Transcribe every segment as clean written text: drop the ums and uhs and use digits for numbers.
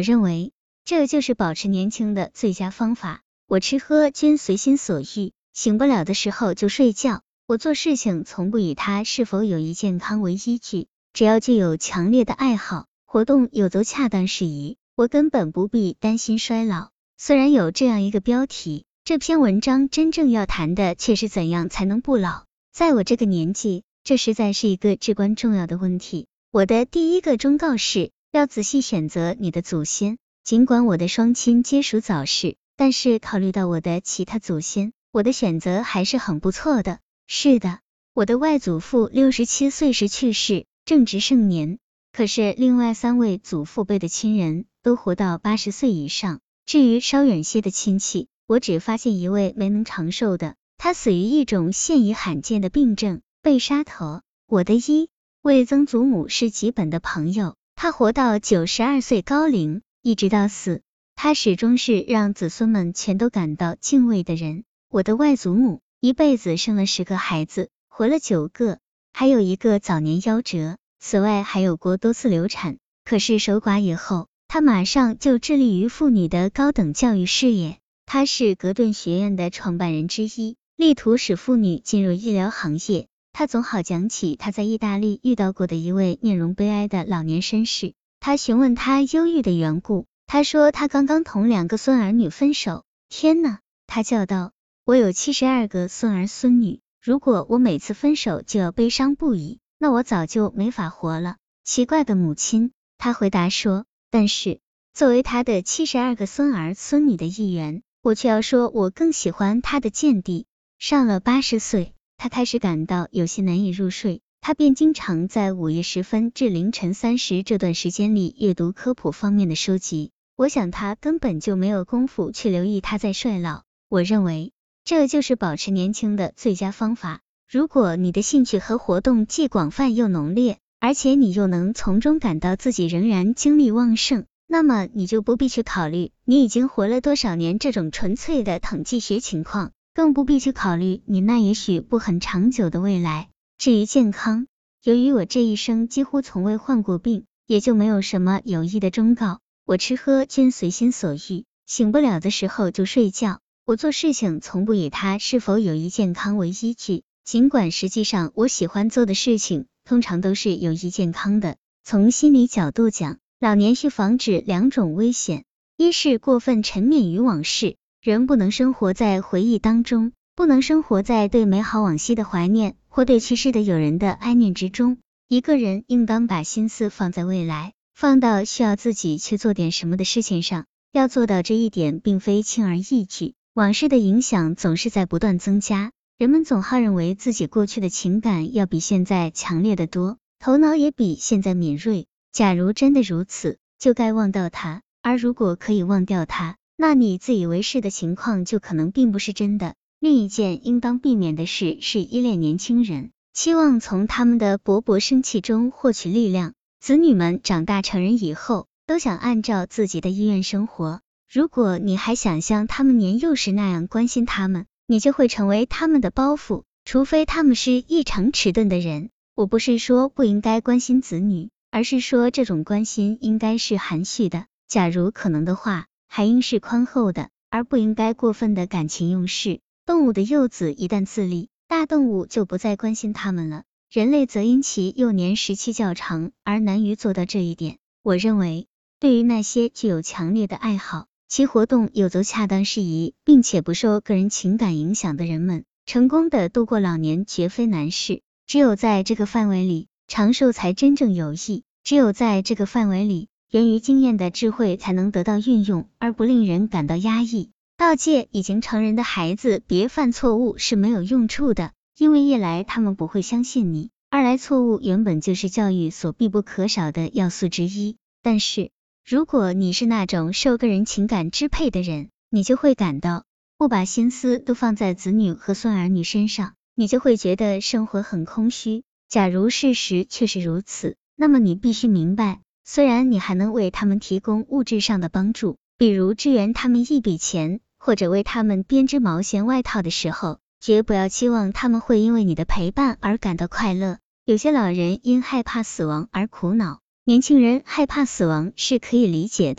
认为这就是保持年轻的最佳方法。我吃喝均随心所欲，醒不了的时候就睡觉。我做事情从不以它是否有益健康为依据，只要具有强烈的爱好，活动有则恰当适宜，我根本不必担心衰老。虽然有这样一个标题，这篇文章真正要谈的却是怎样才能不老。在我这个年纪，这实在是一个至关重要的问题。我的第一个忠告是，要仔细选择你的祖先。尽管我的双亲皆属早逝，但是考虑到我的其他祖先，我的选择还是很不错的。是的，我的外祖父67岁时去世，正值盛年。可是另外3位祖父辈的亲人都活到80岁以上。至于稍远些的亲戚，我只发现一位没能长寿的，他死于一种现已罕见的病症——被杀头。我的一位曾祖母是吉本的朋友，他活到92岁高龄，一直到死，他始终是让子孙们全都感到敬畏的人。我的外祖母一辈子生了10个孩子，活了9个，还有1个早年夭折，此外还有过多次流产。可是守寡以后，她马上就致力于妇女的高等教育事业。她是格顿学院的创办人之一，力图使妇女进入医疗行业。她总好讲起她在意大利遇到过的一位面容悲哀的老年绅士。她询问他忧郁的缘故，他说他刚刚同2个孙儿女分手。天哪，他叫道，我有72个孙儿孙女，如果我每次分手就要悲伤不已，那我早就没法活了。奇怪的母亲，他回答说，但是作为他的72个孙儿孙女的一员，我却要说我更喜欢他的见地。上了80岁，他开始感到有些难以入睡，他便经常在午夜时分至凌晨3时这段时间里阅读科普方面的书籍。我想他根本就没有功夫去留意他在衰老。我认为这就是保持年轻的最佳方法。如果你的兴趣和活动既广泛又浓烈，而且你又能从中感到自己仍然精力旺盛，那么你就不必去考虑你已经活了多少年这种纯粹的统计学情况，更不必去考虑你那也许不很长久的未来。至于健康，由于我这一生几乎从未患过病，也就没有什么有益的忠告。我吃喝均随心所欲，醒不了的时候就睡觉。我做事情从不以它是否有益健康为依据，尽管实际上我喜欢做的事情通常都是有益健康的。从心理角度讲，老年需防止2种危险，一是过分沉湎于往事，人不能生活在回忆当中，不能生活在对美好往昔的怀念或对去世的友人的哀念之中。一个人应当把心思放在未来，放到需要自己去做点什么的事情上。要做到这一点并非轻而易举，往事的影响总是在不断增加，人们总好认为自己过去的情感要比现在强烈得多，头脑也比现在敏锐。假如真的如此，就该忘掉它，而如果可以忘掉它，那你自以为是的情况就可能并不是真的。另一件应当避免的事是依恋年轻人，期望从他们的勃勃生气中获取力量。子女们长大成人以后，都想按照自己的意愿生活。如果你还想像他们年幼时那样关心他们，你就会成为他们的包袱，除非他们是异常迟钝的人。我不是说不应该关心子女，而是说这种关心应该是含蓄的，假如可能的话，还应是宽厚的，而不应该过分的感情用事。动物的幼子一旦自立，大动物就不再关心他们了，人类则因其幼年时期较长而难于做到这一点。我认为，对于那些具有强烈的爱好，其活动有则恰当适宜，并且不受个人情感影响的人们，成功的度过老年绝非难事。只有在这个范围里，长寿才真正有益；只有在这个范围里，源于经验的智慧才能得到运用，而不令人感到压抑。告诫已经成人的孩子别犯错误是没有用处的，因为一来他们不会相信你，二来错误原本就是教育所必不可少的要素之一。但是如果你是那种受个人情感支配的人，你就会感到不把心思都放在子女和孙儿女身上，你就会觉得生活很空虚。假如事实确实如此，那么你必须明白，虽然你还能为他们提供物质上的帮助，比如支援他们一笔钱，或者为他们编织毛线外套的时候，绝不要期望他们会因为你的陪伴而感到快乐。有些老人因害怕死亡而苦恼，年轻人害怕死亡是可以理解的，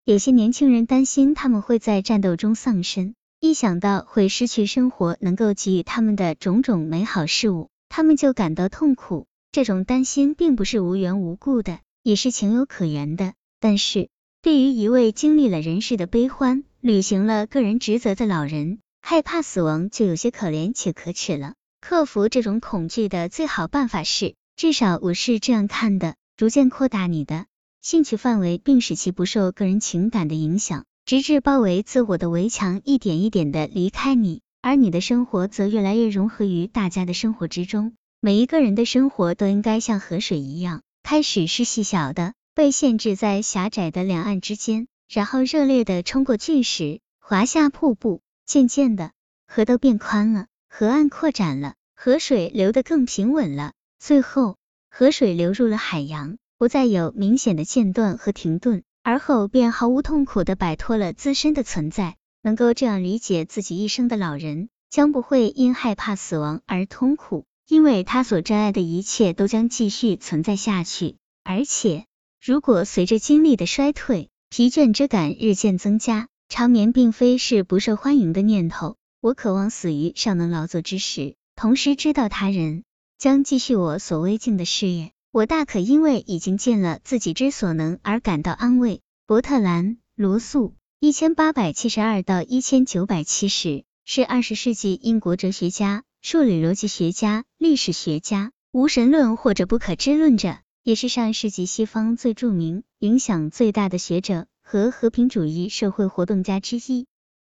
有些年轻人担心他们会在战斗中丧生，一想到会失去生活能够给予他们的种种美好事物，他们就感到痛苦。这种担心并不是无缘无故的，也是情有可原的。但是，对于一位经历了人世的悲欢，履行了个人职责的老人，害怕死亡就有些可怜且可耻了。克服这种恐惧的最好办法是，至少我是这样看的，逐渐扩大你的兴趣范围，并使其不受个人情感的影响，直至包围自我的围墙一点一点的离开你，而你的生活则越来越融合于大家的生活之中。每一个人的生活都应该像河水一样，开始是细小的，被限制在狭窄的两岸之间，然后热烈的冲过巨石，滑下瀑布，渐渐的，河都变宽了，河岸扩展了，河水流得更平稳了，最后，河水流入了海洋，不再有明显的间断和停顿，而后便毫无痛苦地摆脱了自身的存在。能够这样理解自己一生的老人，将不会因害怕死亡而痛苦，因为他所珍爱的一切都将继续存在下去。而且，如果随着精力的衰退，疲倦之感日渐增加，长眠并非是不受欢迎的念头。我渴望死于尚能劳作之时，同时知道他人将继续我所未尽的事业。我大可因为已经尽了自己之所能而感到安慰。伯特兰·罗素1872到1970是20世纪英国哲学家、数理逻辑学家、历史学家、无神论或者不可知论者，也是上世纪西方最著名、影响最大的学者和和平主义社会活动家之一。